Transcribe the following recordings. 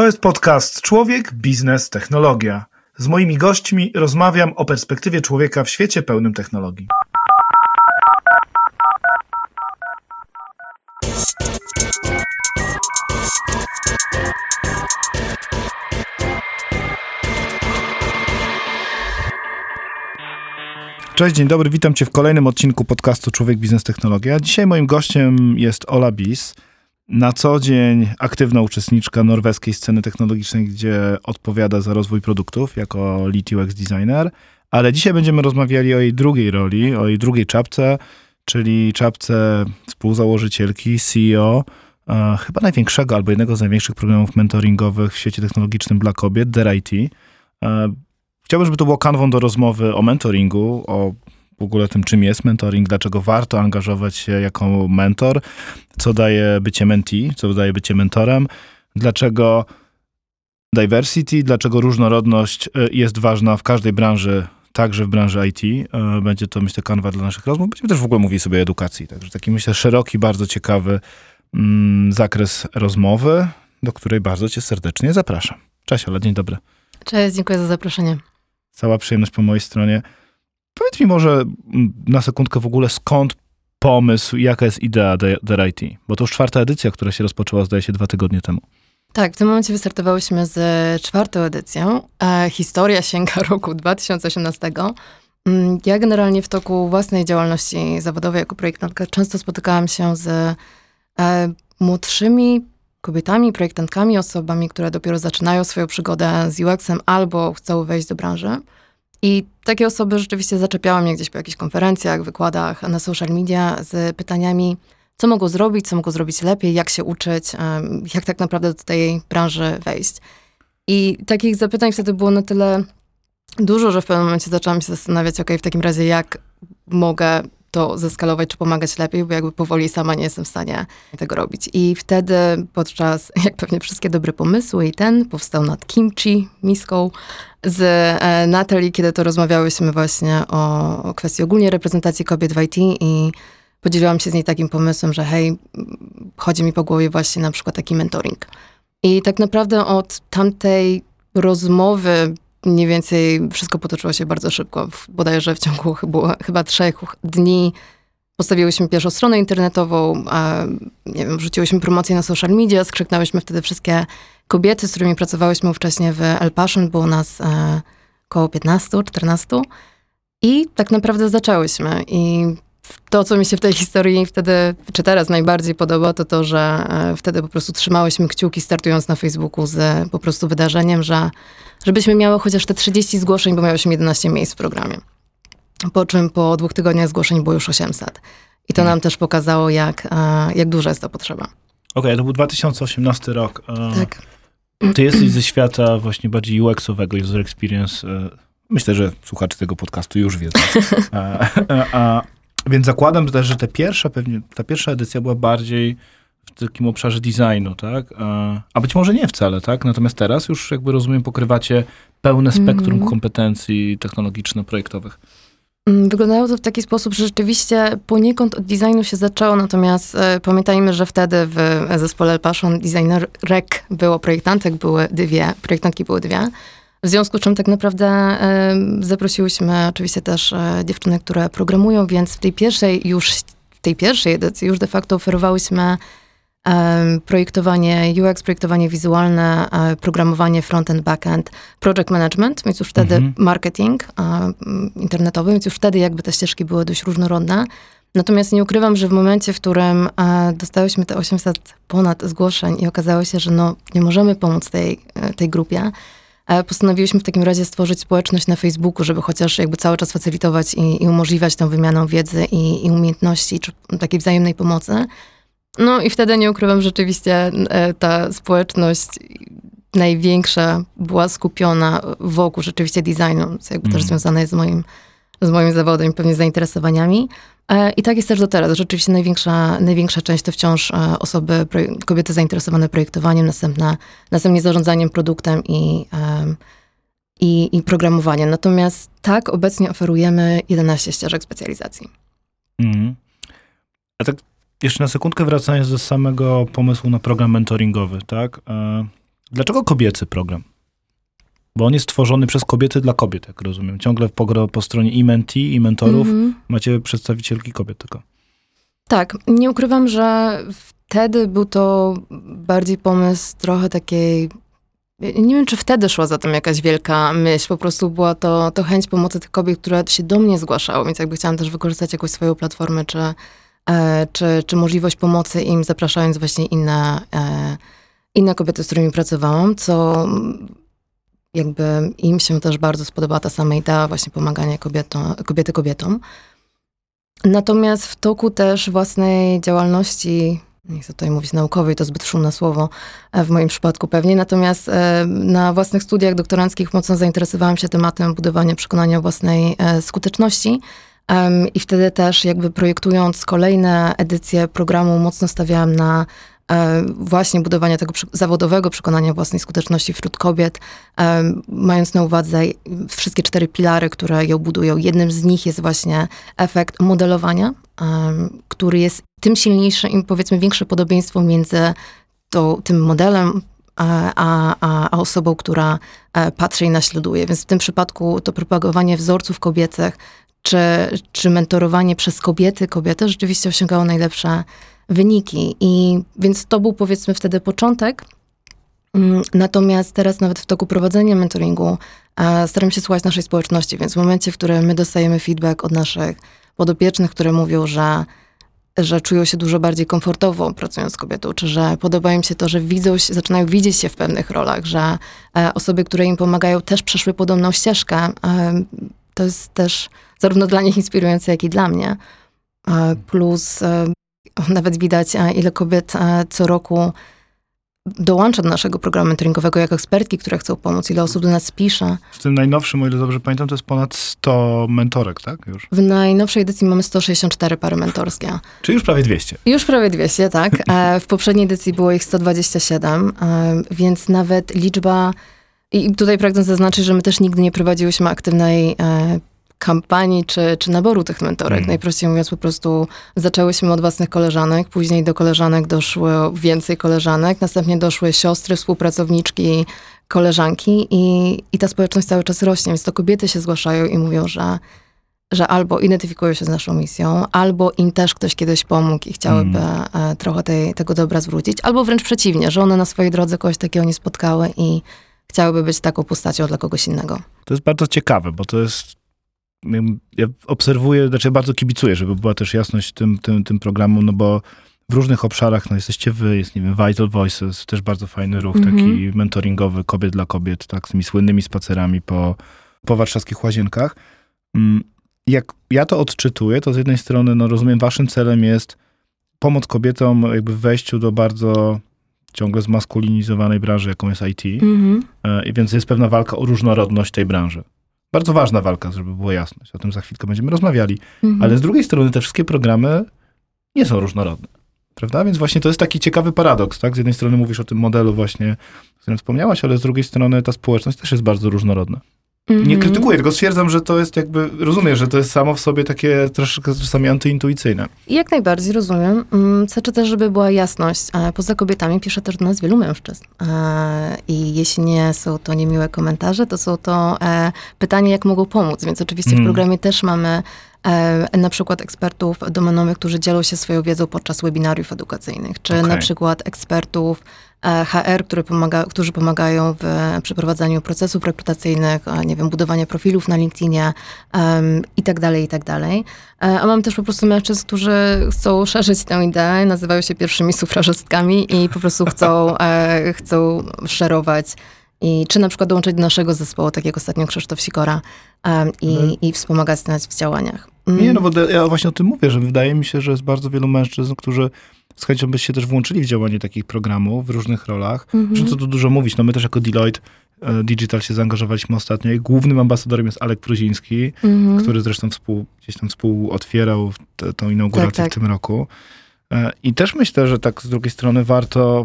To jest podcast Człowiek, Biznes, Technologia. Z moimi gośćmi rozmawiam o perspektywie człowieka w świecie pełnym technologii. Cześć, dzień dobry, witam Cię w kolejnym odcinku podcastu Człowiek, Biznes, Technologia. Dzisiaj moim gościem jest Ola Bis, na co dzień aktywna uczestniczka norweskiej sceny technologicznej, gdzie odpowiada za rozwój produktów jako lead UX designer, ale dzisiaj będziemy rozmawiali o jej drugiej roli, o jej drugiej czapce, czyli czapce współzałożycielki, CEO, chyba największego albo jednego z największych programów mentoringowych w świecie technologicznym dla kobiet, Dare IT. Chciałbym, żeby to było kanwą do rozmowy o mentoringu, o w ogóle tym, czym jest mentoring, dlaczego warto angażować się jako mentor, co daje bycie mentee, co daje bycie mentorem, dlaczego diversity, dlaczego różnorodność jest ważna w każdej branży, także w branży IT. Będzie to, myślę, kanwa dla naszych rozmów. Będziemy też w ogóle mówić sobie o edukacji. Także taki, myślę, szeroki, bardzo ciekawy zakres rozmowy, do której bardzo Cię serdecznie zapraszam. Cześć, Ola, dzień dobry. Cześć, dziękuję za zaproszenie. Cała przyjemność po mojej stronie. Powiedz mi może na sekundkę w ogóle, skąd pomysł, jaka jest idea Dare IT? Bo to już 4. edycja, która się rozpoczęła, zdaje się, 2 tygodnie temu. Tak, w tym momencie wystartowałyśmy z 4. edycją. Historia sięga roku 2018. Ja generalnie w toku własnej działalności zawodowej jako projektantka często spotykałam się z młodszymi kobietami, projektantkami, osobami, które dopiero zaczynają swoją przygodę z UX-em albo chcą wejść do branży. I takie osoby rzeczywiście zaczepiały mnie gdzieś po jakichś konferencjach, wykładach na social media z pytaniami, co mogą zrobić lepiej, jak się uczyć, jak tak naprawdę do tej branży wejść. I takich zapytań wtedy było na tyle dużo, że w pewnym momencie zaczęłam się zastanawiać, w takim razie jak mogę to zeskalować, czy pomagać lepiej, bo jakby powoli sama nie jestem w stanie tego robić. I wtedy podczas, jak pewnie wszystkie dobre pomysły powstał nad kimchi, miską, z Natalii, kiedy to rozmawiałyśmy właśnie o kwestii ogólnie reprezentacji kobiet w IT i podzieliłam się z niej takim pomysłem, że hej, chodzi mi po głowie właśnie na przykład taki mentoring. I tak naprawdę od tamtej rozmowy mniej więcej wszystko potoczyło się bardzo szybko. Bodajże w ciągu chyba 3 dni postawiłyśmy pierwszą stronę internetową, wrzuciłyśmy promocję na social media, skrzyknęłyśmy wtedy wszystkie kobiety, z którymi pracowałyśmy wcześniej w El Passion, było nas około 15-14 i tak naprawdę zaczęłyśmy. I to, co mi się w tej historii wtedy, czy teraz najbardziej podoba, to to, że wtedy po prostu trzymałyśmy kciuki, startując na Facebooku z po prostu wydarzeniem, żebyśmy miały chociaż te 30 zgłoszeń, bo miałyśmy 11 miejsc w programie. Po czym po 2 tygodniach zgłoszeń było już 800. I to nam też pokazało, jak duża jest ta potrzeba. Okej, to był 2018 rok. Tak. Ty jesteś ze świata właśnie bardziej UX-owego, user experience. Myślę, że słuchacze tego podcastu już wiedzą. Więc zakładam też, że ta pierwsza edycja była bardziej w takim obszarze designu, tak? A być może nie wcale, tak? Natomiast teraz już jakby rozumiem, pokrywacie pełne spektrum kompetencji technologiczno-projektowych. Wyglądało to w taki sposób, że rzeczywiście poniekąd od designu się zaczęło, natomiast pamiętajmy, że wtedy w zespole El Passion designerek było projektantki były 2. W związku z czym tak naprawdę zaprosiłyśmy oczywiście też dziewczyny, które programują, więc w tej pierwszej edycji już de facto oferowałyśmy projektowanie UX, projektowanie wizualne, programowanie front-end, back-end, project management, więc już wtedy marketing internetowy, więc już wtedy jakby te ścieżki były dość różnorodne. Natomiast nie ukrywam, że w momencie, w którym dostałyśmy te 800 ponad zgłoszeń i okazało się, że nie możemy pomóc tej grupie, postanowiłyśmy w takim razie stworzyć społeczność na Facebooku, żeby chociaż jakby cały czas facylitować i umożliwiać tą wymianę wiedzy i umiejętności, czy takiej wzajemnej pomocy. No i wtedy nie ukrywam, rzeczywiście ta społeczność największa była skupiona wokół rzeczywiście designu, co jakby też związane jest z moim zawodem i pewnie zainteresowaniami. I tak jest też do teraz. Rzeczywiście największa część to wciąż osoby, kobiety zainteresowane projektowaniem, następnie zarządzaniem produktem i programowaniem. Natomiast tak, obecnie oferujemy 11 ścieżek specjalizacji. A tak jeszcze na sekundkę wracając do samego pomysłu na program mentoringowy, tak? Dlaczego kobiecy program? Bo on jest tworzony przez kobiety dla kobiet, jak rozumiem. Ciągle po stronie i mentee, i mentorów macie przedstawicielki kobiet tylko. Tak, nie ukrywam, że wtedy był to bardziej pomysł trochę takiej... Nie wiem, czy wtedy szła za tym jakaś wielka myśl. Po prostu była to chęć pomocy tych kobiet, które się do mnie zgłaszały, więc jakby chciałam też wykorzystać jakąś swoją platformę, czy możliwość pomocy im, zapraszając właśnie inne kobiety, z którymi pracowałam, co jakby im się też bardzo spodobała ta sama idea właśnie pomagania kobiety kobietom. Natomiast w toku też własnej działalności, nie chcę tutaj mówić naukowej, to zbyt szumne słowo w moim przypadku pewnie, natomiast na własnych studiach doktoranckich mocno zainteresowałam się tematem budowania przekonania o własnej skuteczności i wtedy też jakby projektując kolejne edycje programu mocno stawiałam na właśnie budowanie tego zawodowego przekonania własnej skuteczności wśród kobiet, mając na uwadze wszystkie 4 pilary, które ją budują. Jednym z nich jest właśnie efekt modelowania, który jest tym silniejszy i powiedzmy większe podobieństwo między tym modelem a osobą, która patrzy i naśladuje. Więc w tym przypadku to propagowanie wzorców kobiecych, czy mentorowanie przez kobiety rzeczywiście osiągało najlepsze wyniki. Więc to był powiedzmy wtedy początek. Natomiast teraz nawet w toku prowadzenia mentoringu staram się słuchać naszej społeczności, więc w momencie, w którym my dostajemy feedback od naszych podopiecznych, które mówią, że czują się dużo bardziej komfortowo pracując z kobietą, czy że podoba im się to, że zaczynają widzieć się w pewnych rolach, że osoby, które im pomagają, też przeszły podobną ścieżkę. To jest też zarówno dla nich inspirujące, jak i dla mnie. Plus nawet widać, ile kobiet co roku dołącza do naszego programu mentoringowego jako ekspertki, które chcą pomóc, ile osób do nas pisze. W tym najnowszym, o ile dobrze pamiętam, to jest ponad 100 mentorek, tak? Już. W najnowszej edycji mamy 164 pary mentorskie. Czyli już prawie 200. Już prawie 200, tak. W poprzedniej edycji było ich 127, więc nawet liczba... I tutaj pragnę zaznaczyć, że my też nigdy nie prowadziłyśmy aktywnej kampanii czy naboru tych mentorek. Najprościej mówiąc, po prostu zaczęłyśmy od własnych koleżanek, później do koleżanek doszło więcej koleżanek, następnie doszły siostry, współpracowniczki, koleżanki i ta społeczność cały czas rośnie, więc to kobiety się zgłaszają i mówią, że albo identyfikują się z naszą misją, albo im też ktoś kiedyś pomógł i chciałyby trochę tego dobra zwrócić, albo wręcz przeciwnie, że one na swojej drodze kogoś takiego nie spotkały i chciałyby być taką postacią dla kogoś innego. To jest bardzo ciekawe, bo to jest... Ja obserwuję, bardzo kibicuję, żeby była też jasność tym programu, no bo w różnych obszarach, no jesteście wy, jest, nie wiem, Vital Voices, też bardzo fajny ruch, taki mentoringowy, kobiet dla kobiet, tak, z tymi słynnymi spacerami po warszawskich Łazienkach. Jak ja to odczytuję, to z jednej strony, no rozumiem, waszym celem jest pomoc kobietom jakby w wejściu do bardzo ciągle zmaskulinizowanej branży, jaką jest IT. I więc jest pewna walka o różnorodność tej branży. Bardzo ważna walka, żeby było jasność. O tym za chwilkę będziemy rozmawiali. Ale z drugiej strony te wszystkie programy nie są różnorodne. Prawda? Więc właśnie to jest taki ciekawy paradoks, tak? Z jednej strony mówisz o tym modelu właśnie, o którym wspomniałaś, ale z drugiej strony ta społeczność też jest bardzo różnorodna. Nie krytykuję, tylko stwierdzam, że to jest jakby, rozumiem, że to jest samo w sobie takie troszkę czasami antyintuicyjne. Jak najbardziej rozumiem. Chcę też, żeby była jasność. Poza kobietami pisze też do nas wielu mężczyzn. I jeśli nie są to niemiłe komentarze, to są to pytania, jak mogą pomóc. Więc oczywiście w programie też mamy na przykład ekspertów domenowych, którzy dzielą się swoją wiedzą podczas webinariów edukacyjnych, czy na przykład ekspertów HR, którzy pomagają w przeprowadzaniu procesów rekrutacyjnych, nie wiem, budowania profilów na LinkedInie i tak dalej, i tak dalej. A mam też po prostu mężczyzn, którzy chcą szerzyć tę ideę, nazywają się pierwszymi sufrażystkami i po prostu chcą szerować czy na przykład dołączyć do naszego zespołu, tak jak ostatnio Krzysztof Sikora i wspomagać nas w działaniach. Nie, no bo ja właśnie o tym mówię, że wydaje mi się, że jest bardzo wielu mężczyzn, którzy z chęcią by się też włączyli w działanie takich programów w różnych rolach. Że co tu dużo mówić, no my też jako Deloitte Digital się zaangażowaliśmy ostatnio i głównym ambasadorem jest Alek Pruziński, który zresztą gdzieś tam współotwierał tą inaugurację w tym roku. I też myślę, że tak z drugiej strony warto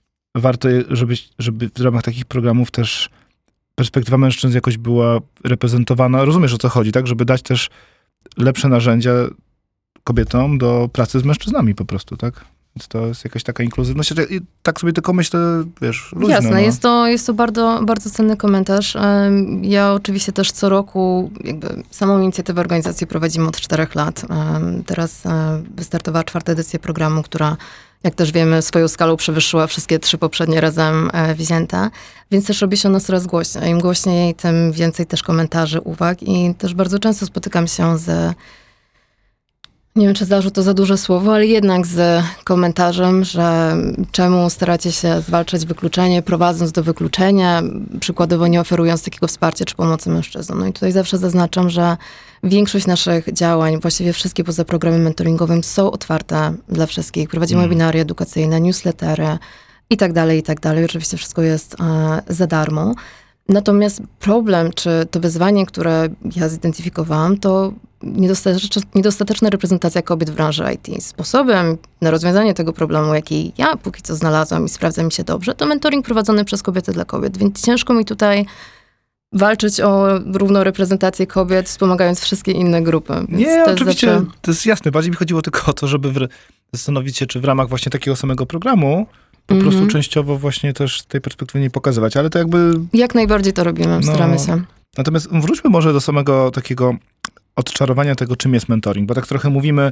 żeby w ramach takich programów też perspektywa mężczyzn jakoś była reprezentowana. Rozumiesz, o co chodzi, tak? Żeby dać też lepsze narzędzia kobietom do pracy z mężczyznami po prostu, tak? Więc to jest jakaś taka inkluzywność. I tak sobie tylko myślę, wiesz, luźno. Jasne, jest to bardzo, bardzo cenny komentarz. Ja oczywiście też co roku samą inicjatywę organizacji prowadzimy od 4 lat. Teraz wystartowała 4. edycja programu, która, jak też wiemy, swoją skalą przewyższyła wszystkie 3 poprzednie razem wzięte. Więc też robi się o nas coraz głośniej. Im głośniej, tym więcej też komentarzy, uwag i też bardzo często spotykam się nie wiem, czy zarzut to za duże słowo, ale jednak z komentarzem, że czemu staracie się zwalczać wykluczenie, prowadząc do wykluczenia, przykładowo nie oferując takiego wsparcia czy pomocy mężczyznom. No i tutaj zawsze zaznaczam, że większość naszych działań, właściwie wszystkie poza programem mentoringowym są otwarte dla wszystkich. Prowadzimy webinary edukacyjne, newslettery i tak dalej, i tak dalej. Oczywiście wszystko jest za darmo. Natomiast problem, czy to wyzwanie, które ja zidentyfikowałam, to niedostateczna reprezentacja kobiet w branży IT. Sposobem na rozwiązanie tego problemu, jaki ja póki co znalazłam i sprawdza mi się dobrze, to mentoring prowadzony przez kobiety dla kobiet. Więc ciężko mi tutaj walczyć o równą reprezentację kobiet, wspomagając wszystkie inne grupy. Więc nie, to oczywiście, zawsze... to jest jasne. Bardziej mi chodziło tylko o to, żeby zastanowić się, czy w ramach właśnie takiego samego programu po prostu częściowo właśnie też z tej perspektywy nie pokazywać, ale to jakby... Jak najbardziej to robimy, staramy się. Natomiast wróćmy może do samego takiego odczarowania tego, czym jest mentoring, bo tak trochę mówimy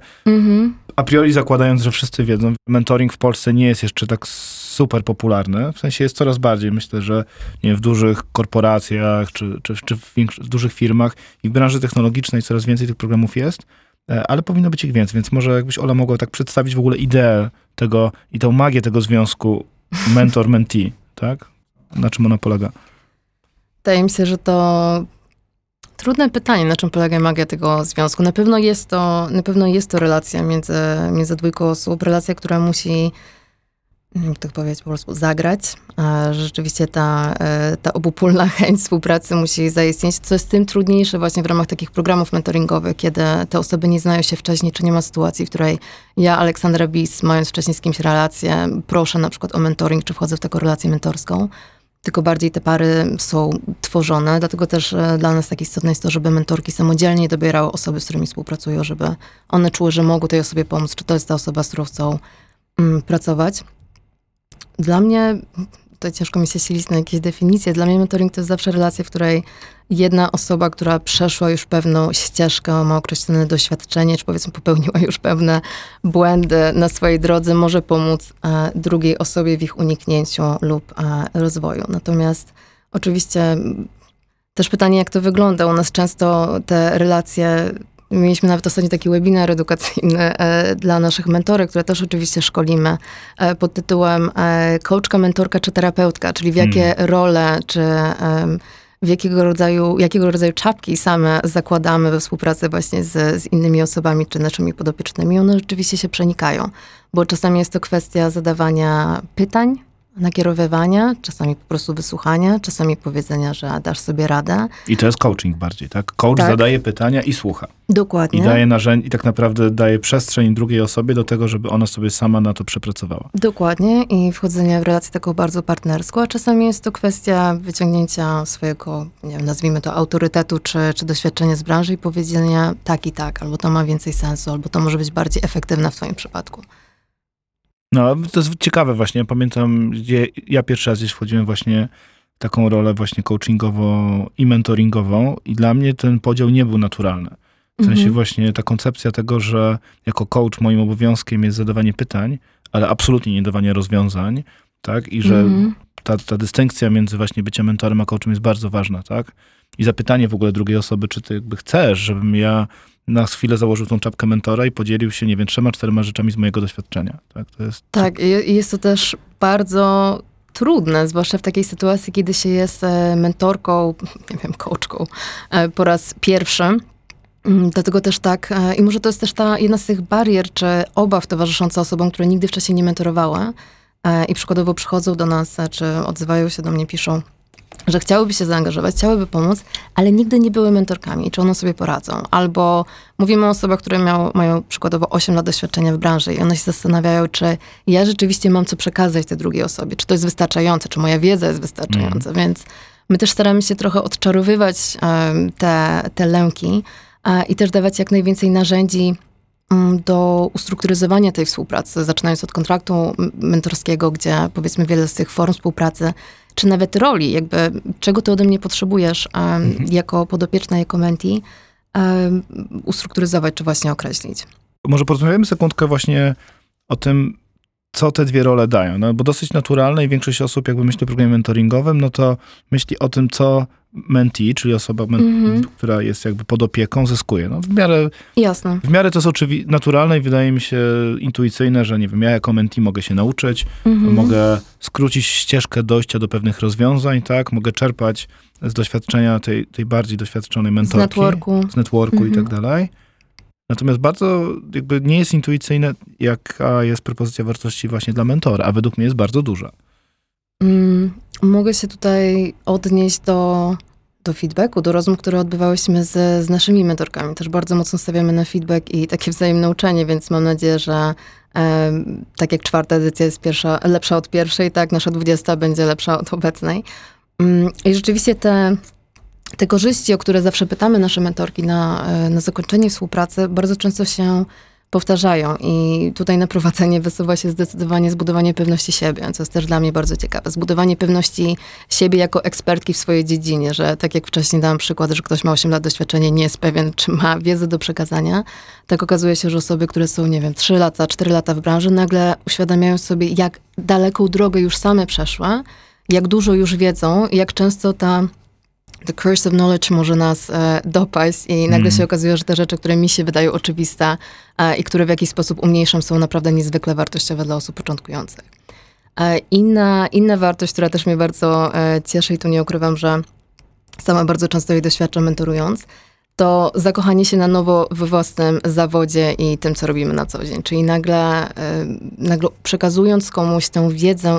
a priori zakładając, że wszyscy wiedzą, mentoring w Polsce nie jest jeszcze tak super popularny, w sensie jest coraz bardziej, myślę, że nie wiem, w dużych korporacjach, czy w dużych firmach i w branży technologicznej coraz więcej tych programów jest, ale powinno być ich więcej, więc może jakbyś Ola mogła tak przedstawić w ogóle ideę tego i tą magię tego związku mentor-mentee, tak? Na czym ona polega? Wydaje mi się, że to trudne pytanie, na czym polega magia tego związku. Na pewno jest to relacja między 2 osób, relacja, która musi, nie wiem, tak powiedzieć, po prostu zagrać. Rzeczywiście ta obopólna chęć współpracy musi zaistnieć, co jest tym trudniejsze właśnie w ramach takich programów mentoringowych, kiedy te osoby nie znają się wcześniej, czy nie ma sytuacji, w której ja, Aleksandra Bis, mając wcześniej z kimś relację, proszę na przykład o mentoring, czy wchodzę w taką relację mentorską. Tylko bardziej te pary są tworzone, dlatego też dla nas tak istotne jest to, żeby mentorki samodzielnie dobierały osoby, z którymi współpracują, żeby one czuły, że mogą tej osobie pomóc, czy to jest ta osoba, z którą chcą pracować. Dla mnie, to ciężko mi się silić na jakieś definicje, dla mnie mentoring to jest zawsze relacja, w której jedna osoba, która przeszła już pewną ścieżkę, ma określone doświadczenie, czy powiedzmy popełniła już pewne błędy na swojej drodze, może pomóc drugiej osobie w ich uniknięciu lub rozwoju. Natomiast oczywiście też pytanie, jak to wygląda. U nas często te relacje, mieliśmy nawet ostatnio taki webinar edukacyjny dla naszych mentorek, które też oczywiście szkolimy pod tytułem coachka, mentorka czy terapeutka, czyli w jakie role, czy w jakiego rodzaju czapki same zakładamy we współpracy właśnie z innymi osobami, czy naszymi podopiecznymi. One rzeczywiście się przenikają, bo czasami jest to kwestia zadawania pytań, nakierowywania, czasami po prostu wysłuchania, czasami powiedzenia, że dasz sobie radę. I to jest coaching bardziej, tak? Coach zadaje pytania i słucha. Dokładnie. I daje narzędzie, i tak naprawdę daje przestrzeń drugiej osobie do tego, żeby ona sobie sama na to przepracowała. Dokładnie i wchodzenia w relację taką bardzo partnerską, a czasami jest to kwestia wyciągnięcia swojego, nie wiem, nazwijmy to autorytetu, czy doświadczenia z branży i powiedzenia tak i tak, albo to ma więcej sensu, albo to może być bardziej efektywne w twoim przypadku. No, to jest ciekawe właśnie. Ja pamiętam, gdzie ja pierwszy raz gdzieś wchodziłem właśnie w taką rolę właśnie coachingową i mentoringową i dla mnie ten podział nie był naturalny. W sensie właśnie ta koncepcja tego, że jako coach moim obowiązkiem jest zadawanie pytań, ale absolutnie nie dawanie rozwiązań, tak? I że ta dystynkcja między właśnie byciem mentorem a coachem jest bardzo ważna, tak? I zapytanie w ogóle drugiej osoby, czy ty jakby chcesz, żebym ja na chwilę założył tą czapkę mentora i podzielił się, nie wiem, 3-4 rzeczami z mojego doświadczenia. Tak, to jest... Tak, i jest to też bardzo trudne, zwłaszcza w takiej sytuacji, kiedy się jest mentorką, nie wiem, coachką po raz pierwszy. Dlatego też tak, i może to jest też ta jedna z tych barier, czy obaw towarzyszących osobom, które nigdy wcześniej nie mentorowały i przykładowo przychodzą do nas, czy odzywają się do mnie, piszą, że chciałyby się zaangażować, chciałyby pomóc, ale nigdy nie były mentorkami. Czy one sobie poradzą? Albo mówimy o osobach, które mają przykładowo 8 lat doświadczenia w branży i one się zastanawiają, czy ja rzeczywiście mam co przekazać tej drugiej osobie, czy to jest wystarczające, czy moja wiedza jest wystarczająca. Więc my też staramy się trochę odczarowywać te lęki i też dawać jak najwięcej narzędzi do ustrukturyzowania tej współpracy, zaczynając od kontraktu mentorskiego, gdzie powiedzmy wiele z tych form współpracy, czy nawet roli, jakby czego ty ode mnie potrzebujesz jako podopieczna, jako mentee, ustrukturyzować, czy właśnie określić. Może porozmawiamy sekundkę właśnie o tym, co te dwie role dają. No, bo dosyć naturalne i większość osób jakby myśli o programie mentoringowym, no to myśli o tym, co mentee, czyli osoba, która jest jakby pod opieką, zyskuje. No, Jasne. W miarę to jest naturalne i wydaje mi się intuicyjne, że nie wiem, ja jako mentee mogę się nauczyć, mogę skrócić ścieżkę dojścia do pewnych rozwiązań, tak? Mogę czerpać z doświadczenia tej bardziej doświadczonej mentorki. Z networku i tak dalej. Natomiast bardzo jakby nie jest intuicyjne, jaka jest propozycja wartości właśnie dla mentora, a według mnie jest bardzo duża. Mogę się tutaj odnieść do feedbacku, do rozmów, które odbywałyśmy z naszymi mentorkami. Też bardzo mocno stawiamy na feedback i takie wzajemne uczenie, więc mam nadzieję, że tak jak 4. edycja jest lepsza od pierwszej, tak nasza 20 będzie lepsza od obecnej. I rzeczywiście te korzyści, o które zawsze pytamy nasze mentorki na zakończenie współpracy, bardzo często się powtarzają i tutaj na prowadzenie wysuwa się zdecydowanie zbudowanie pewności siebie, co jest też dla mnie bardzo ciekawe. Zbudowanie pewności siebie jako ekspertki w swojej dziedzinie, że tak jak wcześniej dałam przykład, że ktoś ma 8 lat doświadczenia, nie jest pewien, czy ma wiedzę do przekazania, tak okazuje się, że osoby, które są, 3 lata, 4 lata w branży, nagle uświadamiają sobie, jak daleką drogę już same przeszły, jak dużo już wiedzą i jak często the curse of knowledge może nas dopaść i nagle się okazuje, że te rzeczy, które mi się wydają oczywiste i które w jakiś sposób umniejszam, są naprawdę niezwykle wartościowe dla osób początkujących. Inna wartość, która też mnie bardzo cieszy i tu nie ukrywam, że sama bardzo często jej doświadczam mentorując, to zakochanie się na nowo we własnym zawodzie i tym, co robimy na co dzień. Czyli nagle przekazując komuś tę wiedzę,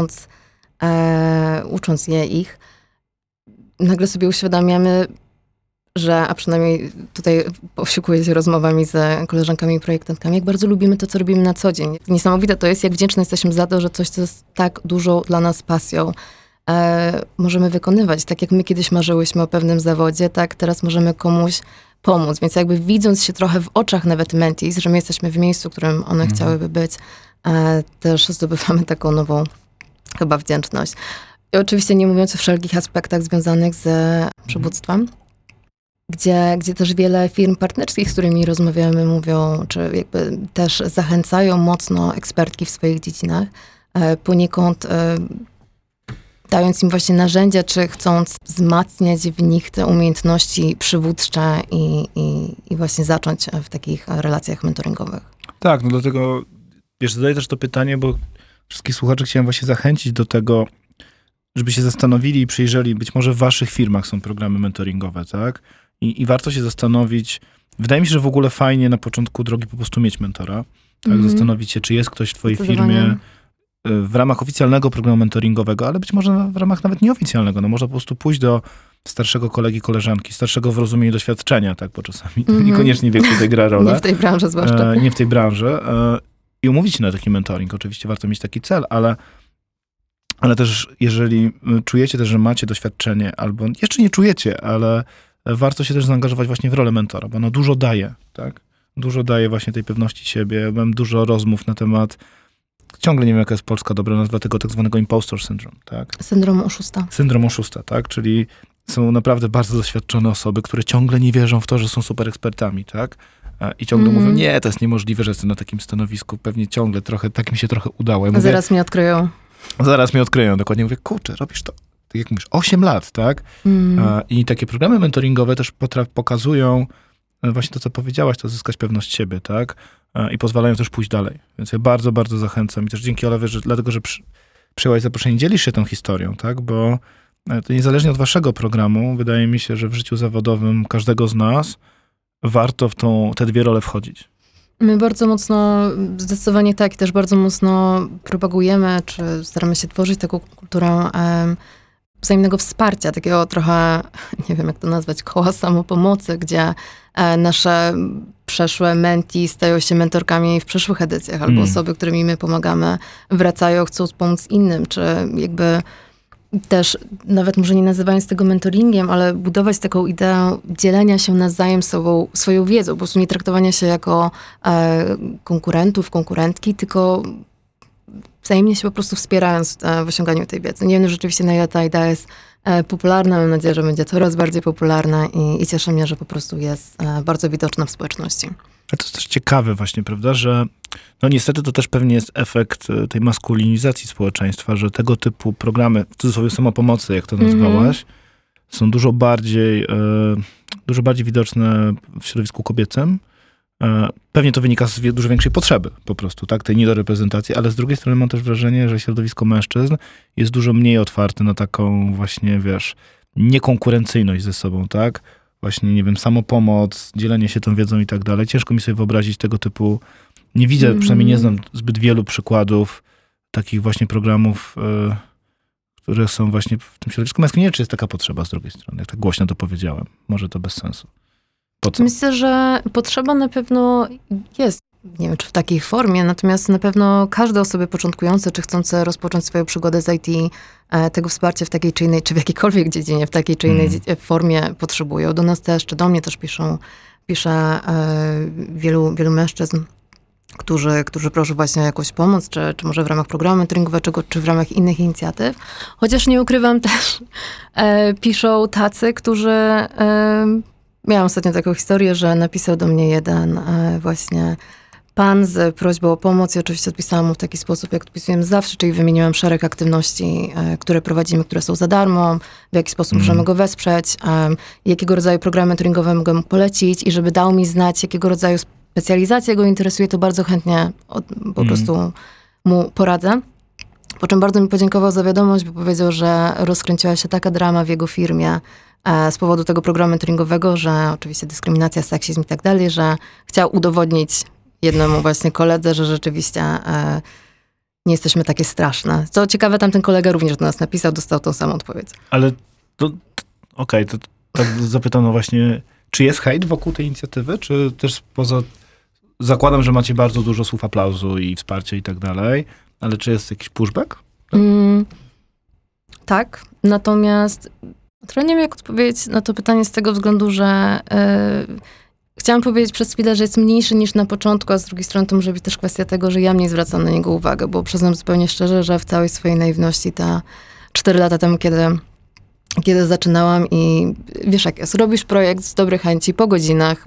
ucząc ich, nagle sobie uświadamiamy, że, a przynajmniej tutaj posiłkuję się rozmowami z koleżankami i projektantkami, jak bardzo lubimy to, co robimy na co dzień. Niesamowite to jest, jak wdzięczne jesteśmy za to, że coś, co jest tak dużo dla nas pasją, możemy wykonywać. Tak jak my kiedyś marzyłyśmy o pewnym zawodzie, tak teraz możemy komuś pomóc. Więc jakby widząc się trochę w oczach nawet mentees, że my jesteśmy w miejscu, w którym one chciałyby być, też zdobywamy taką nową chyba wdzięczność. I oczywiście nie mówiąc o wszelkich aspektach związanych z przywództwem, gdzie też wiele firm partnerskich, z którymi rozmawiamy, mówią, czy jakby też zachęcają mocno ekspertki w swoich dziedzinach, poniekąd dając im właśnie narzędzia, czy chcąc wzmacniać w nich te umiejętności przywódcze i właśnie zacząć w takich relacjach mentoringowych. Tak, no dlatego, zadaję też to pytanie, bo wszystkich słuchaczy chciałem właśnie zachęcić do tego, żeby się zastanowili i przyjrzeli, być może w waszych firmach są programy mentoringowe, tak? I warto się zastanowić, wydaje mi się, że w ogóle fajnie na początku drogi po prostu mieć mentora, tak? Zastanowić się, czy jest ktoś w twojej firmie w ramach oficjalnego programu mentoringowego, ale być może w ramach nawet nieoficjalnego. No można po prostu pójść do starszego kolegi, koleżanki, starszego w rozumieniu doświadczenia, tak? Bo czasami niekoniecznie wiek tutaj gra rolę. Nie w tej branży zwłaszcza. Nie w tej branży. I umówić się na taki mentoring. Oczywiście warto mieć taki cel, ale też jeżeli czujecie też, że macie doświadczenie, albo jeszcze nie czujecie, ale warto się też zaangażować właśnie w rolę mentora, bo ono dużo daje, tak? Dużo daje właśnie tej pewności siebie. Mam dużo rozmów na temat, ciągle nie wiem, jaka jest polska dobra nazwa tego tak zwanego impostor syndrome, tak? Syndrom oszusta. Syndrom oszusta, tak? Czyli są naprawdę bardzo doświadczone osoby, które ciągle nie wierzą w to, że są super ekspertami, tak? I ciągle mówią, nie, to jest niemożliwe, że jestem na takim stanowisku. Pewnie ciągle tak mi się trochę udało. Ja mówię, zaraz mnie odkryją. Zaraz mnie odkryją, dokładnie. Mówię, kurczę, robisz to, tak jak mówisz, 8 lat, tak? I takie programy mentoringowe też pokazują właśnie to, co powiedziałaś, to zyskać pewność siebie, tak? I pozwalają też pójść dalej. Więc ja bardzo, bardzo zachęcam. I też dzięki Olewie, dlatego, że przyjęłaś zaproszenie, dzielisz się tą historią, tak? Bo to niezależnie od waszego programu, wydaje mi się, że w życiu zawodowym każdego z nas warto w te dwie role wchodzić. My bardzo mocno, zdecydowanie tak, i też bardzo mocno propagujemy, czy staramy się tworzyć taką kulturę wzajemnego wsparcia, takiego trochę, nie wiem jak to nazwać, koła samopomocy, gdzie nasze przeszłe mentee stają się mentorkami w przyszłych edycjach, albo osoby, którymi my pomagamy, wracają, chcą pomóc innym, czy jakby też nawet może nie nazywając tego mentoringiem, ale budować taką ideę dzielenia się nawzajem swoją wiedzą, po prostu nie traktowania się jako konkurentów, konkurentki, tylko wzajemnie się po prostu wspierając w osiąganiu tej wiedzy. Nie wiem rzeczywiście, na ile ta idea jest popularna. Mam nadzieję, że będzie coraz bardziej popularna i cieszy mnie, że po prostu jest bardzo widoczna w społeczności. A to jest też ciekawe właśnie, prawda, że no niestety to też pewnie jest efekt tej maskulinizacji społeczeństwa, że tego typu programy, w cudzysłowie samopomocy, jak to nazwałaś, są dużo bardziej widoczne w środowisku kobiecym. Pewnie to wynika z dużo większej potrzeby po prostu, tak, tej niedoreprezentacji, ale z drugiej strony mam też wrażenie, że środowisko mężczyzn jest dużo mniej otwarte na taką właśnie, wiesz, niekonkurencyjność ze sobą, tak? Właśnie, nie wiem, samopomoc, dzielenie się tą wiedzą i tak dalej. Ciężko mi sobie wyobrazić tego typu, nie widzę, przynajmniej nie znam zbyt wielu przykładów takich właśnie programów, które są właśnie w tym środowisku męskim. Nie wiem, czy jest taka potrzeba z drugiej strony, jak tak głośno to powiedziałem. Może to bez sensu. Po co? Myślę, że potrzeba na pewno jest. Nie wiem, czy w takiej formie, natomiast na pewno każde osoby początkujące, czy chcące rozpocząć swoją przygodę z IT, tego wsparcia w takiej czy innej, czy w jakiejkolwiek dziedzinie, w takiej czy innej formie potrzebują. Do nas też, czy do mnie też pisze wielu mężczyzn, którzy proszą właśnie o jakąś pomoc, czy może w ramach programu mentoringowego, czy w ramach innych inicjatyw. Chociaż nie ukrywam też, piszą tacy, którzy... Miałam ostatnio taką historię, że napisał do mnie jeden właśnie pan z prośbą o pomoc i oczywiście odpisałam mu w taki sposób, jak odpisujemy zawsze, czyli wymieniłam szereg aktywności, które prowadzimy, które są za darmo, w jaki sposób możemy go wesprzeć, jakiego rodzaju programy mentoringowe mogę mu polecić i żeby dał mi znać, jakiego rodzaju specjalizacja go interesuje, to bardzo chętnie po prostu mu poradzę. Po czym bardzo mi podziękował za wiadomość, bo powiedział, że rozkręciła się taka drama w jego firmie z powodu tego programu mentoringowego, że oczywiście dyskryminacja, seksizm i tak dalej, że chciał udowodnić jednemu właśnie koledze, że rzeczywiście nie jesteśmy takie straszne. Co ciekawe, tamten kolega również do nas napisał, dostał tą samą odpowiedź. Ale to okej, to tak zapytano właśnie, czy jest hejt wokół tej inicjatywy, czy też zakładam, że macie bardzo dużo słów aplauzu i wsparcia i tak dalej, ale czy jest jakiś pushback? Tak, natomiast trochę nie wiem, jak odpowiedzieć na to pytanie z tego względu, że chciałam powiedzieć przez chwilę, że jest mniejszy niż na początku, a z drugiej strony to może być też kwestia tego, że ja mniej zwracam na niego uwagę, bo przyznam zupełnie szczerze, że w całej swojej naiwności te 4 lata temu, kiedy zaczynałam i wiesz jak jest, robisz projekt z dobrej chęci, po godzinach,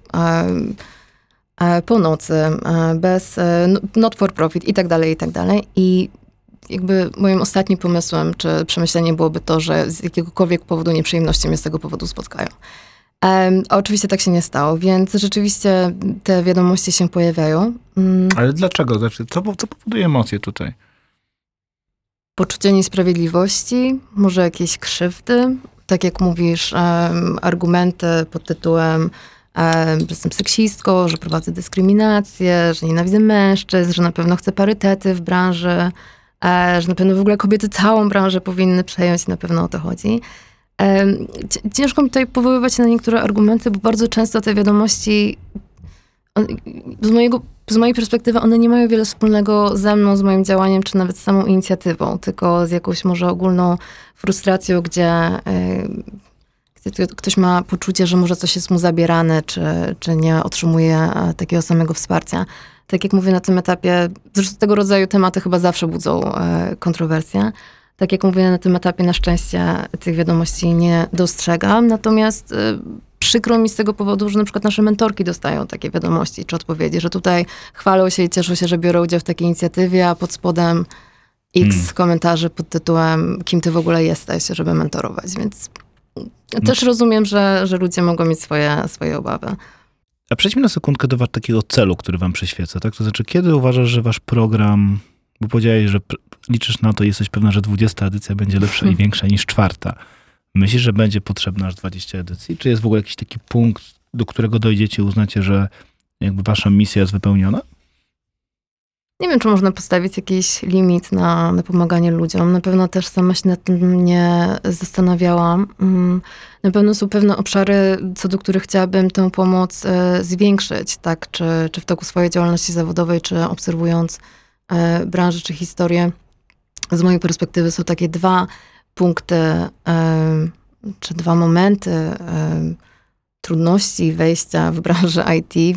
po nocy, bez not for profit i tak dalej. I jakby moim ostatnim pomysłem, czy przemyśleniem byłoby to, że z jakiegokolwiek powodu nieprzyjemności mnie z tego powodu spotkają. A oczywiście tak się nie stało, więc rzeczywiście te wiadomości się pojawiają. Ale dlaczego? Co powoduje emocje tutaj? Poczucie niesprawiedliwości, może jakieś krzywdy, tak jak mówisz, argumenty pod tytułem że jestem seksistką, że prowadzę dyskryminację, że nienawidzę mężczyzn, że na pewno chcę parytety w branży, że na pewno w ogóle kobiety całą branżę powinny przejąć i na pewno o to chodzi. Ciężko mi tutaj powoływać się na niektóre argumenty, bo bardzo często te wiadomości, z mojej perspektywy, one nie mają wiele wspólnego ze mną, z moim działaniem, czy nawet z samą inicjatywą, tylko z jakąś może ogólną frustracją, gdzie ktoś ma poczucie, że może coś jest mu zabierane, czy nie otrzymuje takiego samego wsparcia. Tak jak mówię na tym etapie, zresztą tego rodzaju tematy chyba zawsze budzą kontrowersje. Tak jak mówię na tym etapie, na szczęście tych wiadomości nie dostrzegam, natomiast przykro mi z tego powodu, że na przykład nasze mentorki dostają takie wiadomości czy odpowiedzi, że tutaj chwalą się i cieszą się, że biorą udział w takiej inicjatywie, a pod spodem x komentarzy pod tytułem kim ty w ogóle jesteś, żeby mentorować, więc też rozumiem, że ludzie mogą mieć swoje obawy. A przejdźmy na sekundkę do takiego celu, który wam przyświeca, tak? To znaczy, kiedy uważasz, że wasz program, bo powiedziałeś, że liczysz na to i jesteś pewna, że 20 edycja będzie lepsza i większa niż 4. Myślisz, że będzie potrzebna aż 20 edycji? Czy jest w ogóle jakiś taki punkt, do którego dojdziecie i uznacie, że jakby wasza misja jest wypełniona? Nie wiem, czy można postawić jakiś limit na pomaganie ludziom. Na pewno też sama się nad tym nie zastanawiałam. Na pewno są pewne obszary, co do których chciałabym tę pomoc zwiększyć, tak? Czy w toku swojej działalności zawodowej, czy obserwując branżę, czy historię. Z mojej perspektywy są takie 2 punkty, czy dwa momenty trudności wejścia w branżę IT.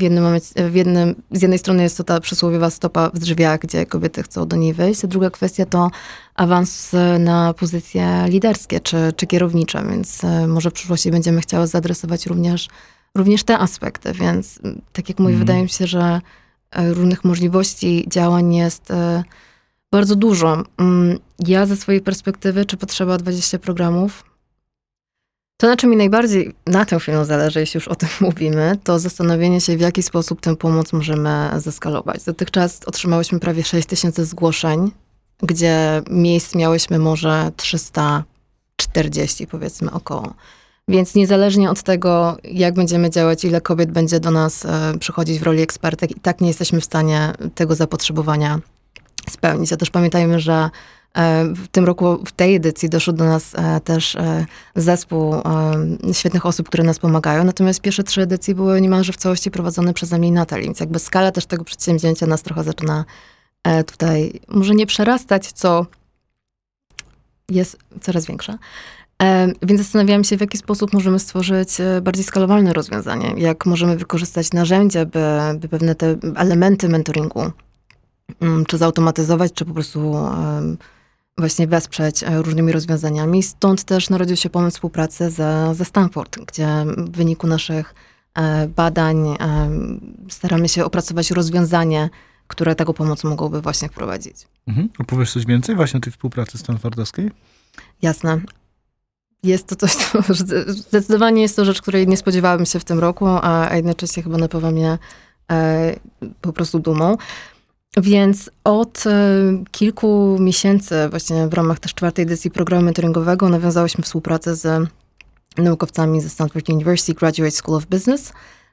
Z jednej strony jest to ta przysłowiowa stopa w drzwiach, gdzie kobiety chcą do niej wejść, a druga kwestia to awans na pozycje liderskie czy kierownicze, więc może w przyszłości będziemy chciały zaadresować również te aspekty, więc tak jak mówię, wydaje mi się, że różnych możliwości działań jest bardzo dużo. Ja ze swojej perspektywy, czy potrzeba 20 programów? To, na czym mi najbardziej na tę chwilę zależy, jeśli już o tym mówimy, to zastanowienie się, w jaki sposób tę pomoc możemy zeskalować. Dotychczas otrzymałyśmy prawie 6000 zgłoszeń, gdzie miejsc miałyśmy może 340, powiedzmy około. Więc niezależnie od tego, jak będziemy działać, ile kobiet będzie do nas przychodzić w roli ekspertek, i tak nie jesteśmy w stanie tego zapotrzebowania spełnić. A też pamiętajmy, że w tym roku, w tej edycji doszło do nas też zespół świetnych osób, które nas pomagają. Natomiast pierwsze 3 edycje były niemalże w całości prowadzone przeze mnie i Natalii. Więc jakby skala też tego przedsięwzięcia nas trochę zaczyna tutaj może nie przerastać, co jest coraz większa. Więc zastanawiałam się, w jaki sposób możemy stworzyć bardziej skalowalne rozwiązanie. Jak możemy wykorzystać narzędzia, by pewne te elementy mentoringu czy zautomatyzować, czy po prostu właśnie wesprzeć różnymi rozwiązaniami. Stąd też narodził się pomysł współpracy ze Stanford, gdzie w wyniku naszych badań staramy się opracować rozwiązanie, które taką pomoc mogłoby właśnie wprowadzić. Opowiesz coś więcej właśnie o tej współpracy stanfordowskiej? Jasne. Jest to coś, zdecydowanie jest to rzecz, której nie spodziewałabym się w tym roku, a jednocześnie chyba napawa mnie po prostu dumą. Więc od kilku miesięcy właśnie w ramach też 4. edycji programu mentoringowego nawiązałyśmy współpracę z naukowcami ze Stanford University Graduate School of Business.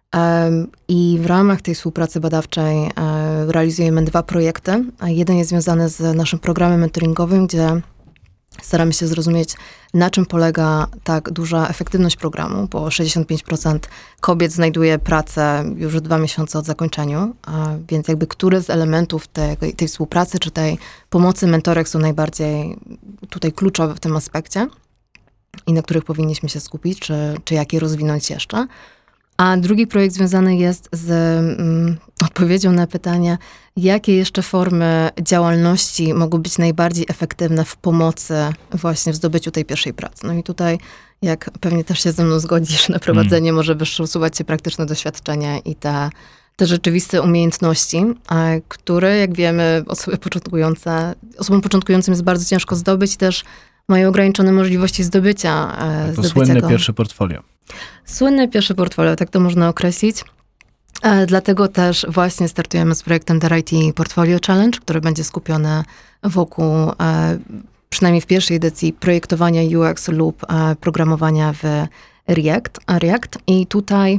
I w ramach tej współpracy badawczej realizujemy 2 projekty. Jeden jest związany z naszym programem mentoringowym, gdzie staramy się zrozumieć, na czym polega tak duża efektywność programu, bo 65% kobiet znajduje pracę już 2 miesiące od zakończenia, więc jakby które z elementów tej współpracy czy tej pomocy mentorek są najbardziej tutaj kluczowe w tym aspekcie i na których powinniśmy się skupić, czy jak je rozwinąć jeszcze. A drugi projekt związany jest z odpowiedzią na pytanie, jakie jeszcze formy działalności mogą być najbardziej efektywne w pomocy właśnie w zdobyciu tej pierwszej pracy. No i tutaj, jak pewnie też się ze mną zgodzisz, na prowadzenie może usuwać się praktyczne doświadczenie i te rzeczywiste umiejętności, które, jak wiemy, osobom początkującym jest bardzo ciężko zdobyć i też mają ograniczone możliwości zdobycia. To słynne pierwsze portfolio. Słynne pierwsze portfolio, tak to można określić. Dlatego też właśnie startujemy z projektem The IT Portfolio Challenge, który będzie skupiony wokół, przynajmniej w pierwszej edycji, projektowania UX lub programowania w React. I tutaj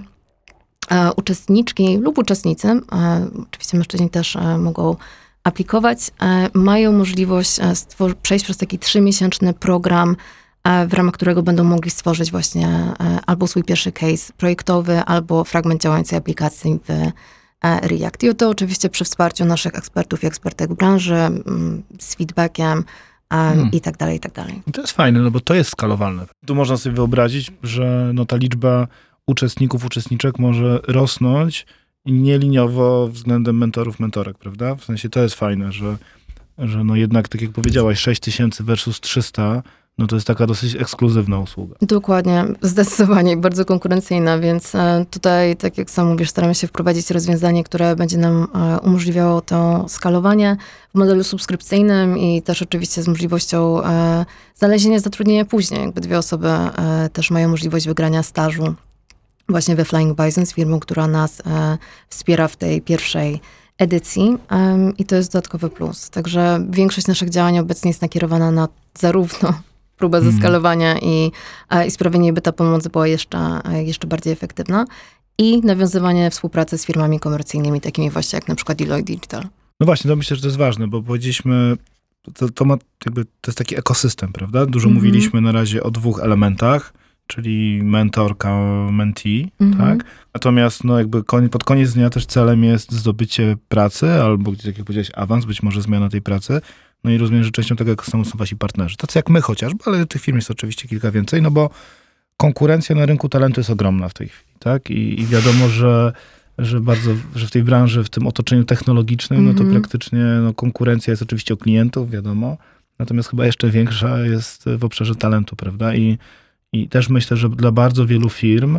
uczestniczki lub uczestnicy, oczywiście mężczyźni też mogą aplikować, mają możliwość przejść przez taki 3-miesięczny program, w ramach którego będą mogli stworzyć właśnie albo swój pierwszy case projektowy, albo fragment działającej aplikacji w React. I to oczywiście przy wsparciu naszych ekspertów i ekspertek branży, z feedbackiem i tak dalej, i tak dalej. I to jest fajne, no bo to jest skalowalne. Tu można sobie wyobrazić, że no ta liczba uczestników, uczestniczek może rosnąć nieliniowo względem mentorów, mentorek, prawda? W sensie to jest fajne, że no jednak, tak jak powiedziałaś, 6000 versus 300, no to jest taka dosyć ekskluzywna usługa. Dokładnie, zdecydowanie bardzo konkurencyjna, więc tutaj, tak jak sam mówisz, staramy się wprowadzić rozwiązanie, które będzie nam umożliwiało to skalowanie w modelu subskrypcyjnym i też oczywiście z możliwością znalezienia zatrudnienia później. Jakby 2 osoby też mają możliwość wygrania stażu właśnie we Flying Bison z firmą, która nas wspiera w tej pierwszej edycji i to jest dodatkowy plus. Także większość naszych działań obecnie jest nakierowana na zarówno próbę zeskalowania i sprawienie, by ta pomoc była jeszcze bardziej efektywna i nawiązywanie współpracy z firmami komercyjnymi, takimi właśnie jak na przykład Deloitte Digital. No właśnie, to myślę, że to jest ważne, bo powiedzieliśmy, to jest taki ekosystem, prawda? Dużo mówiliśmy na razie o 2 elementach, czyli mentorka, mentee, tak? Natomiast no jakby pod koniec dnia też celem jest zdobycie pracy, albo tak jak powiedziałeś, awans, być może zmiana tej pracy. No i rozumiem, że częścią tego ekosystemu są wasi partnerzy. Tacy jak my chociażby, ale tych firm jest oczywiście kilka więcej, no bo konkurencja na rynku talentu jest ogromna w tej chwili, tak? I wiadomo, że w tej branży, w tym otoczeniu technologicznym, no to praktycznie konkurencja jest oczywiście o klientów, wiadomo, natomiast chyba jeszcze większa jest w obszarze talentu, prawda? I też myślę, że dla bardzo wielu firm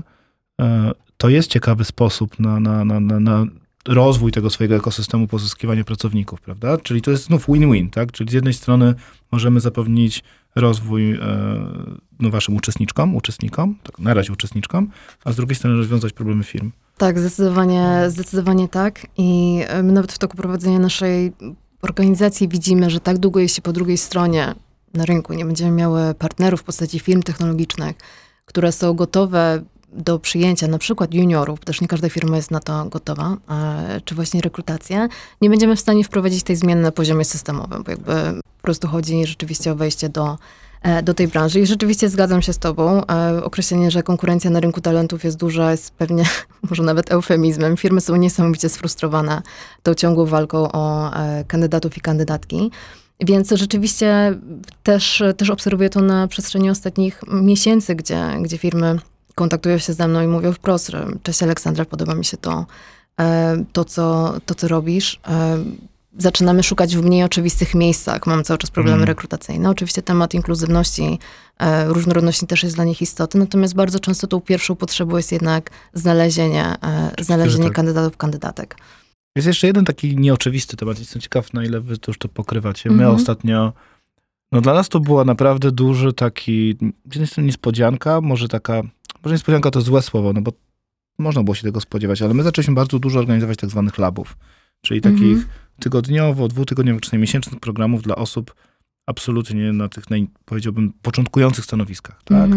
to jest ciekawy sposób na rozwój tego swojego ekosystemu, pozyskiwanie pracowników, prawda? Czyli to jest znów win-win, tak? Czyli z jednej strony możemy zapewnić rozwój waszym uczestnikom, tak, na razie uczestniczkom, a z drugiej strony rozwiązać problemy firm. Tak, zdecydowanie tak. I my nawet w toku prowadzenia naszej organizacji widzimy, że tak długo, jeśli po drugiej stronie na rynku nie będziemy miały partnerów w postaci firm technologicznych, które są gotowe do przyjęcia na przykład juniorów, też nie każda firma jest na to gotowa, czy właśnie rekrutację, nie będziemy w stanie wprowadzić tej zmiany na poziomie systemowym, bo jakby po prostu chodzi rzeczywiście o wejście do tej branży. I rzeczywiście zgadzam się z tobą. Określenie, że konkurencja na rynku talentów jest duża, jest pewnie może nawet eufemizmem. Firmy są niesamowicie sfrustrowane tą ciągłą walką o kandydatów i kandydatki. Więc rzeczywiście też obserwuję to na przestrzeni ostatnich miesięcy, gdzie firmy kontaktują się ze mną i mówią wprost, że cześć Aleksandra, podoba mi się to co robisz. Zaczynamy szukać w mniej oczywistych miejscach. Mam cały czas problemy rekrutacyjne. Oczywiście temat inkluzywności, różnorodności też jest dla nich istotny, natomiast bardzo często tą pierwszą potrzebą jest jednak znalezienie kandydatów, kandydatek. Jest jeszcze jeden taki nieoczywisty temat. Jestem ciekaw, na ile wy to już to pokrywacie. My ostatnio, dla nas to była naprawdę duży taki, z jednej strony niespodzianka, może niespodzianka to złe słowo, no bo można było się tego spodziewać, ale my zaczęliśmy bardzo dużo organizować tak zwanych labów, czyli takich tygodniowo, dwutygodniowych, czy miesięcznych programów dla osób absolutnie na tych, powiedziałbym, początkujących stanowiskach, tak?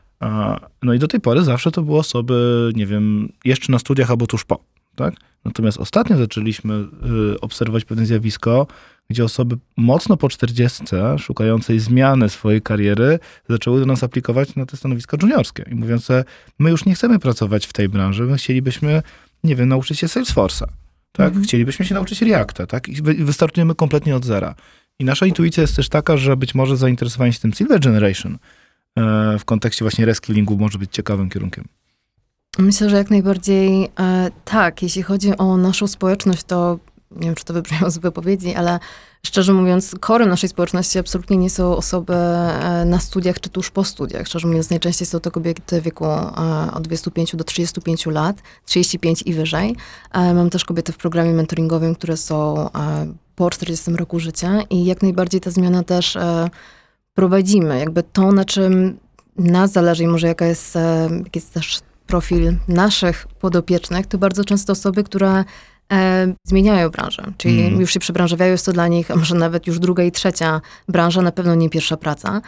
No i do tej pory zawsze to były osoby, nie wiem, jeszcze na studiach albo tuż po, tak? Natomiast ostatnio zaczęliśmy obserwować pewne zjawisko, gdzie osoby mocno po 40, szukającej zmiany swojej kariery, zaczęły do nas aplikować na te stanowiska juniorskie. I mówiąc, że my już nie chcemy pracować w tej branży, my chcielibyśmy, nie wiem, nauczyć się Salesforce'a, tak? Chcielibyśmy się nauczyć Reacta, tak? I wystartujemy kompletnie od zera. I nasza intuicja jest też taka, że być może zainteresowanie się tym Silver Generation w kontekście właśnie reskillingu może być ciekawym kierunkiem. Myślę, że jak najbardziej tak. Jeśli chodzi o naszą społeczność, to nie wiem, czy to wybrzmiało z wypowiedzi, ale szczerze mówiąc, korem naszej społeczności absolutnie nie są osoby na studiach czy tuż po studiach. Szczerze mówiąc, najczęściej są to kobiety w wieku od 25 do 35 lat, 35 i wyżej. Mam też kobiety w programie mentoringowym, które są po 40 roku życia i jak najbardziej ta zmiana też prowadzimy. Jakby to, na czym nas zależy i może jaki jest też profil naszych podopiecznych, to bardzo często osoby, które zmieniają branżę, czyli już się przebranżawiają, jest to dla nich może nawet już druga i trzecia branża, na pewno nie pierwsza praca.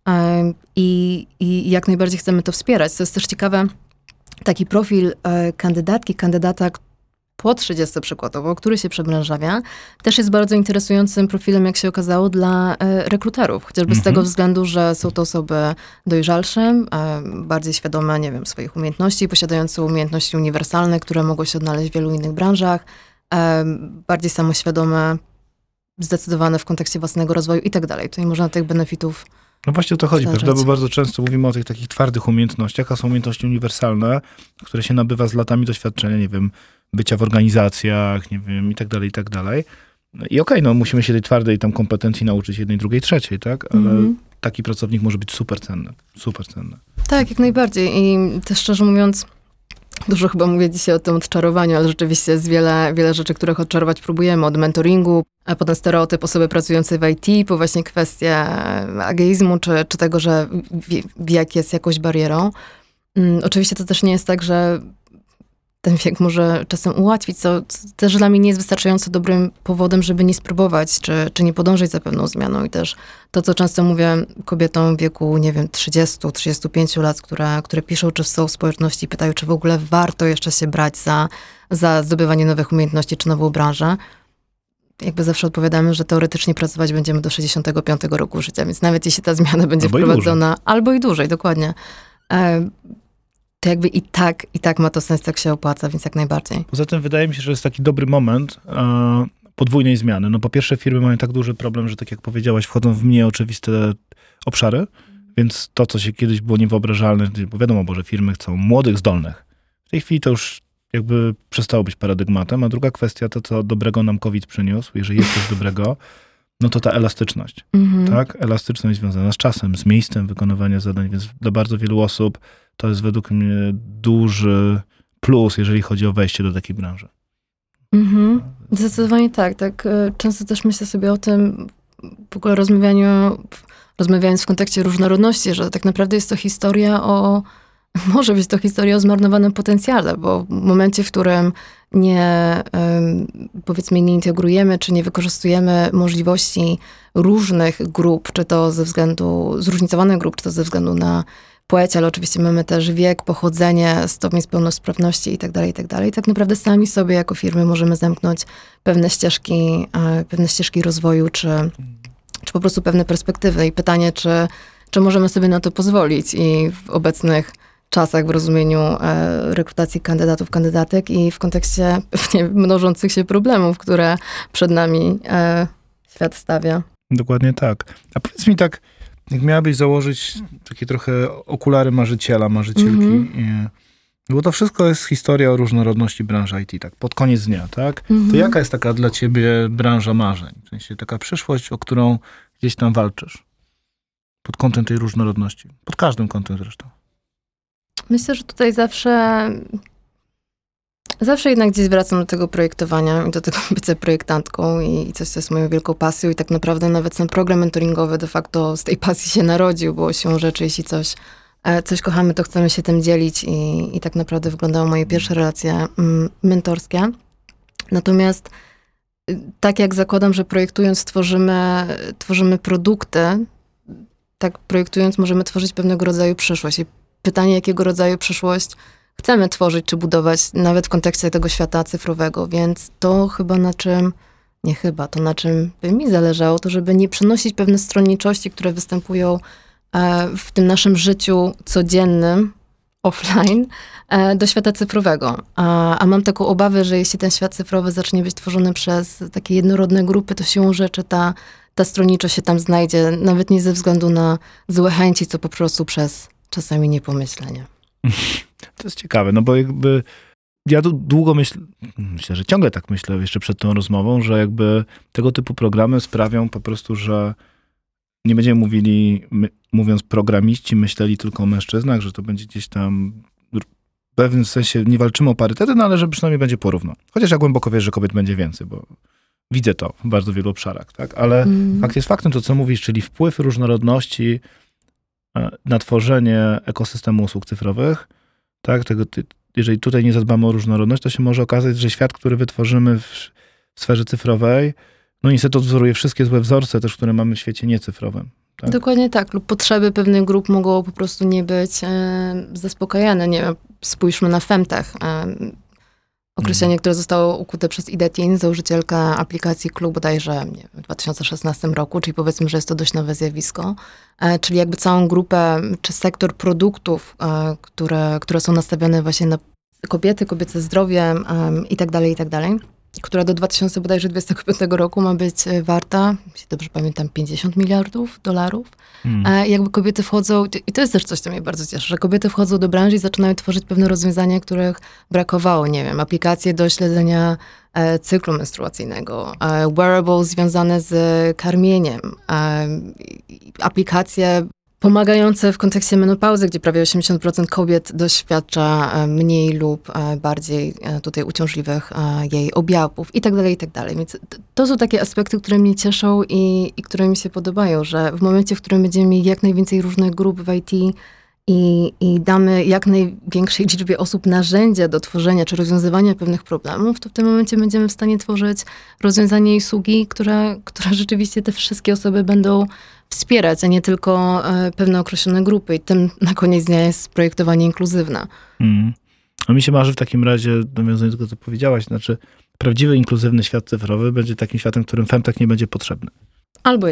I jak najbardziej chcemy to wspierać. To jest też ciekawe, taki profil kandydata po 30 przykładowo, który się przebranżawia, też jest bardzo interesującym profilem, jak się okazało, dla rekruterów. Chociażby z tego względu, że są to osoby dojrzalsze, bardziej świadome, nie wiem, swoich umiejętności, posiadające umiejętności uniwersalne, które mogą się odnaleźć w wielu innych branżach, bardziej samoświadome, zdecydowane w kontekście własnego rozwoju i tak dalej. Tutaj można tych benefitów No właśnie o to chodzi, prawda? Bo bardzo często mówimy o tych takich twardych umiejętnościach, a są umiejętności uniwersalne, które się nabywa z latami doświadczenia, nie wiem, bycia w organizacjach, nie wiem, i tak dalej, i tak dalej. I okej, musimy się tej twardej tam kompetencji nauczyć jednej, drugiej, trzeciej, tak? Ale taki pracownik może być super cenny, super cenny. Tak, jak najbardziej. I też szczerze mówiąc, dużo chyba mówię dzisiaj o tym odczarowaniu, ale rzeczywiście jest wiele rzeczy, których odczarować próbujemy. Od mentoringu, a potem stereotyp osoby pracującej w IT, po właśnie kwestię ageizmu, czy tego, że wiek jest jakąś barierą. Oczywiście to też nie jest tak, że ten wiek może czasem ułatwić, co też dla mnie nie jest wystarczająco dobrym powodem, żeby nie spróbować, czy nie podążyć za pewną zmianą. I też to, co często mówię kobietom w wieku, nie wiem, 30-35 lat, które piszą, czy są w społeczności, pytają, czy w ogóle warto jeszcze się brać za zdobywanie nowych umiejętności, czy nową branżę. Jakby zawsze odpowiadamy, że teoretycznie pracować będziemy do 65 roku życia, więc nawet jeśli ta zmiana będzie wprowadzona, albo i dłużej, dokładnie, to jakby i tak ma to sens, tak się opłaca, więc jak najbardziej. Poza tym wydaje mi się, że jest taki dobry moment, podwójnej zmiany. No po pierwsze firmy mają tak duży problem, że tak jak powiedziałaś, wchodzą w mniej oczywiste obszary, więc to, co się kiedyś było niewyobrażalne, bo wiadomo, że firmy chcą młodych, zdolnych. W tej chwili to już jakby przestało być paradygmatem, a druga kwestia, to co dobrego nam COVID przyniósł, jeżeli jest coś dobrego, no to ta elastyczność, tak? Elastyczność związana z czasem, z miejscem wykonywania zadań, więc dla bardzo wielu osób to jest według mnie duży plus, jeżeli chodzi o wejście do takiej branży. Zdecydowanie tak. Często też myślę sobie o tym, w ogóle rozmawiając w kontekście różnorodności, że tak naprawdę jest to może być to historia o zmarnowanym potencjale, bo w momencie, w którym powiedzmy nie integrujemy, czy nie wykorzystujemy możliwości różnych grup, czy to zróżnicowanych grup, czy to ze względu na płeć, ale oczywiście mamy też wiek, pochodzenie, stopień pełnosprawności i tak dalej, tak naprawdę sami sobie jako firmy możemy zamknąć pewne ścieżki rozwoju, czy po prostu pewne perspektywy. I pytanie, czy możemy sobie na to pozwolić i w obecnych czasach w rozumieniu rekrutacji kandydatów, kandydatek i w kontekście pewnie mnożących się problemów, które przed nami świat stawia. Dokładnie tak. A powiedz mi tak, jak miałabyś założyć takie trochę okulary marzycielki, bo to wszystko jest historia o różnorodności branży IT, tak, pod koniec dnia, tak? To jaka jest taka dla ciebie branża marzeń? W sensie taka przyszłość, o którą gdzieś tam walczysz? Pod kątem tej różnorodności. Pod każdym kątem zresztą. Myślę, że tutaj zawsze jednak gdzieś wracam do tego projektowania i do tego bycia projektantką i coś, co jest moją wielką pasją i tak naprawdę nawet ten program mentoringowy de facto z tej pasji się narodził, bo siłą rzeczy, jeśli coś kochamy, to chcemy się tym dzielić i tak naprawdę wyglądały moje pierwsze relacje mentorskie. Natomiast tak jak zakładam, że projektując tworzymy produkty, tak projektując możemy tworzyć pewnego rodzaju przyszłość. I pytanie, jakiego rodzaju przyszłość chcemy tworzyć czy budować, nawet w kontekście tego świata cyfrowego. Więc to chyba to na czym by mi zależało, to żeby nie przenosić pewne stronniczości, które występują w tym naszym życiu codziennym, offline, do świata cyfrowego. A mam taką obawę, że jeśli ten świat cyfrowy zacznie być tworzony przez takie jednorodne grupy, to siłą rzeczy ta stronniczość się tam znajdzie, nawet nie ze względu na złe chęci, co po prostu przez czasami niepomyślenie. To jest ciekawe, no bo jakby ja długo myślę, że ciągle tak myślę jeszcze przed tą rozmową, że jakby tego typu programy sprawią po prostu, że nie będziemy mówiąc programiści, myśleli tylko o mężczyznach, że to będzie gdzieś tam w pewnym sensie nie walczymy o parytety, no ale że przynajmniej będzie porówno. Chociaż ja głęboko wierzę, że kobiet będzie więcej, bo widzę to w bardzo wielu obszarach, tak? Ale fakt jest faktem to, co mówisz, czyli wpływ różnorodności na tworzenie ekosystemu usług cyfrowych, tak? Jeżeli tutaj nie zadbamy o różnorodność, to się może okazać, że świat, który wytworzymy w sferze cyfrowej, no niestety odwzoruje wszystkie złe wzorce też, które mamy w świecie niecyfrowym. Tak? Dokładnie tak. Lub potrzeby pewnych grup mogą po prostu nie być zaspokajane. Nie wiem, spójrzmy na Femtech. Określenie, które zostało ukute przez Idetin, założycielka aplikacji Klub bodajże w 2016 roku, czyli powiedzmy, że jest to dość nowe zjawisko. Czyli jakby całą grupę, czy sektor produktów, które są nastawione właśnie na kobiety, kobiece zdrowie i tak dalej, która do 2025 roku ma być warta, jeśli dobrze pamiętam, $50 miliardów. Jakby kobiety wchodzą, i to jest też coś, co mnie bardzo cieszy, że kobiety wchodzą do branży i zaczynają tworzyć pewne rozwiązania, których brakowało, nie wiem, aplikacje do śledzenia cyklu menstruacyjnego, wearables związane z karmieniem, aplikacje pomagające w kontekście menopauzy, gdzie prawie 80% kobiet doświadcza mniej lub bardziej tutaj uciążliwych jej objawów i tak dalej. Więc to są takie aspekty, które mnie cieszą i które mi się podobają, że w momencie, w którym będziemy mieli jak najwięcej różnych grup w IT i damy jak największej liczbie osób narzędzia do tworzenia czy rozwiązywania pewnych problemów, to w tym momencie będziemy w stanie tworzyć rozwiązania i usługi, które rzeczywiście te wszystkie osoby będą wspierać, a nie tylko pewne określone grupy. I tym na koniec dnia jest projektowanie inkluzywne. A mi się marzy w takim razie, nawiązując do tego, co powiedziałaś, znaczy prawdziwy, inkluzywny świat cyfrowy będzie takim światem, w którym Femtech nie będzie potrzebny. Albo i tak.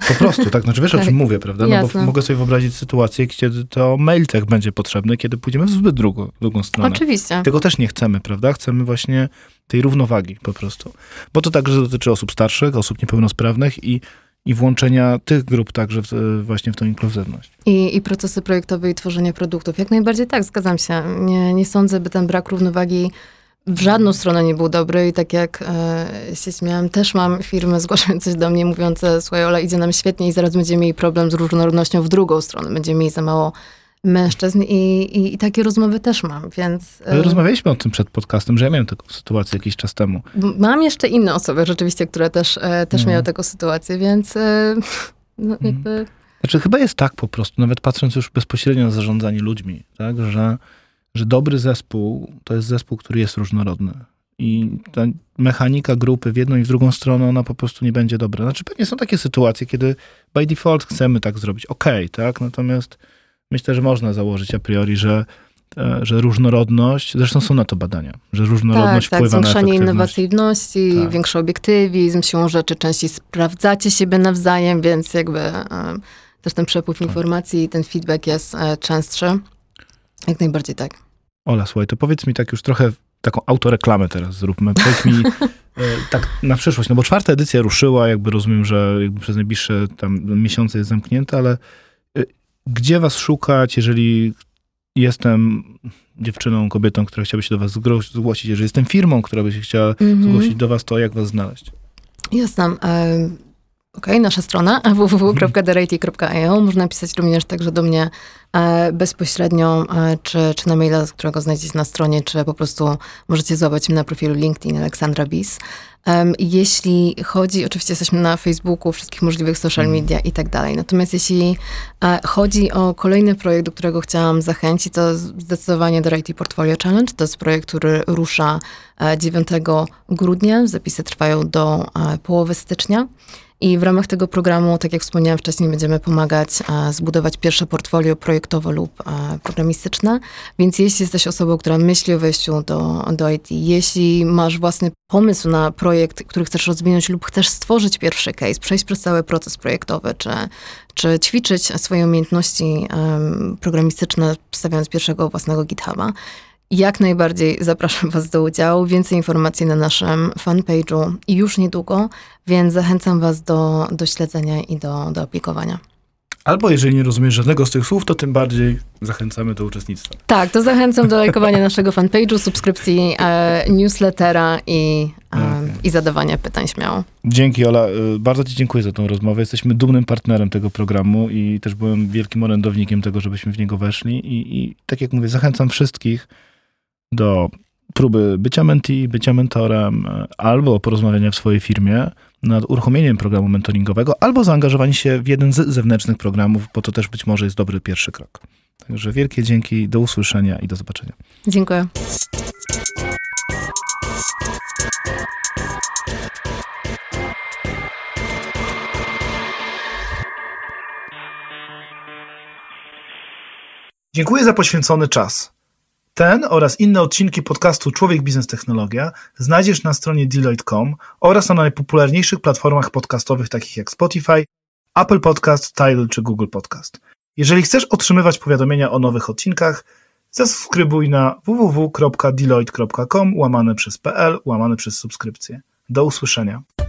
Po prostu, tak? Znaczy wiesz, o czym mówię, prawda? No Jasne. bo mogę sobie wyobrazić sytuację, kiedy to MailTech będzie potrzebny, kiedy pójdziemy w zbyt drugą stronę. Oczywiście. Tego też nie chcemy, prawda? Chcemy właśnie tej równowagi po prostu. Bo to także dotyczy osób starszych, osób niepełnosprawnych i włączenia tych grup także właśnie w tą inkluzywność. I procesy projektowe i tworzenie produktów. Jak najbardziej tak, zgadzam się. Nie sądzę, by ten brak równowagi w żadną stronę nie był dobry i tak jak się śmiałam, też mam firmy zgłaszające się do mnie, mówiące, słuchaj Ola, idzie nam świetnie i zaraz będziemy mieli problem z różnorodnością w drugą stronę. Będziemy mieli za mało mężczyzn i takie rozmowy też mam, więc... Ale rozmawialiśmy o tym przed podcastem, że ja miałem taką sytuację jakiś czas temu. Mam jeszcze inne osoby rzeczywiście, które też miały taką sytuację, więc no, jakby... Znaczy chyba jest tak po prostu, nawet patrząc już bezpośrednio na zarządzanie ludźmi, tak, że dobry zespół to jest zespół, który jest różnorodny. I ta mechanika grupy w jedną i w drugą stronę, ona po prostu nie będzie dobra. Znaczy pewnie są takie sytuacje, kiedy by default chcemy tak zrobić. Okej, tak? Natomiast myślę, że można założyć a priori, że różnorodność, zresztą są na to badania, że różnorodność wpływa na efektywność. Zwiększanie innowacyjności, większy obiektywizm, siłą rzeczy częściej sprawdzacie siebie nawzajem, więc jakby też ten przepływ informacji i ten feedback jest częstszy. Jak najbardziej tak. Ola, słuchaj, to powiedz mi tak już trochę, taką autoreklamę teraz zróbmy. Powiedz mi tak na przyszłość, no bo 4. edycja ruszyła, jakby rozumiem, że jakby przez najbliższe tam miesiące jest zamknięta, ale gdzie was szukać, jeżeli jestem dziewczyną, kobietą, która chciałaby się do was zgłosić, jeżeli jestem firmą, która by się chciała zgłosić do was, to jak was znaleźć? Jasne. Nasza strona www.therate.io. Można pisać również także do mnie bezpośrednio, czy na maila, którego znajdziecie na stronie, czy po prostu możecie złapać mnie na profilu LinkedIn Aleksandra Bis. Jeśli chodzi, oczywiście jesteśmy na Facebooku, wszystkich możliwych social media i tak dalej. Natomiast jeśli chodzi o kolejny projekt, do którego chciałam zachęcić, to zdecydowanie The IT Portfolio Challenge. To jest projekt, który rusza 9 grudnia. Zapisy trwają do połowy stycznia. I w ramach tego programu, tak jak wspomniałam wcześniej, będziemy pomagać zbudować pierwsze portfolio projektowe lub programistyczne. Więc jeśli jesteś osobą, która myśli o wejściu do IT, jeśli masz własny pomysł na projekt, który chcesz rozwinąć lub chcesz stworzyć pierwszy case, przejść przez cały proces projektowy, czy ćwiczyć swoje umiejętności programistyczne, stawiając pierwszego własnego GitHuba, jak najbardziej zapraszam was do udziału. Więcej informacji na naszym fanpage'u już niedługo, więc zachęcam was do śledzenia i do aplikowania. Albo jeżeli nie rozumiesz żadnego z tych słów, to tym bardziej zachęcamy do uczestnictwa. Tak, to zachęcam do lajkowania naszego fanpage'u, subskrypcji newslettera i zadawania pytań śmiało. Dzięki, Ola. Bardzo ci dziękuję za tą rozmowę. Jesteśmy dumnym partnerem tego programu i też byłem wielkim orędownikiem tego, żebyśmy w niego weszli. I tak jak mówię, zachęcam wszystkich do próby bycia mentee, bycia mentorem, albo porozmawiania w swojej firmie nad uruchomieniem programu mentoringowego, albo zaangażowanie się w jeden z zewnętrznych programów, bo to też być może jest dobry pierwszy krok. Także wielkie dzięki, do usłyszenia i do zobaczenia. Dziękuję. Dziękuję za poświęcony czas. Ten oraz inne odcinki podcastu Człowiek Biznes Technologia znajdziesz na stronie Deloitte.com oraz na najpopularniejszych platformach podcastowych takich jak Spotify, Apple Podcast, Tidal czy Google Podcast. Jeżeli chcesz otrzymywać powiadomienia o nowych odcinkach, zasubskrybuj na www.deloitte.com /pl/subskrypcje. Do usłyszenia.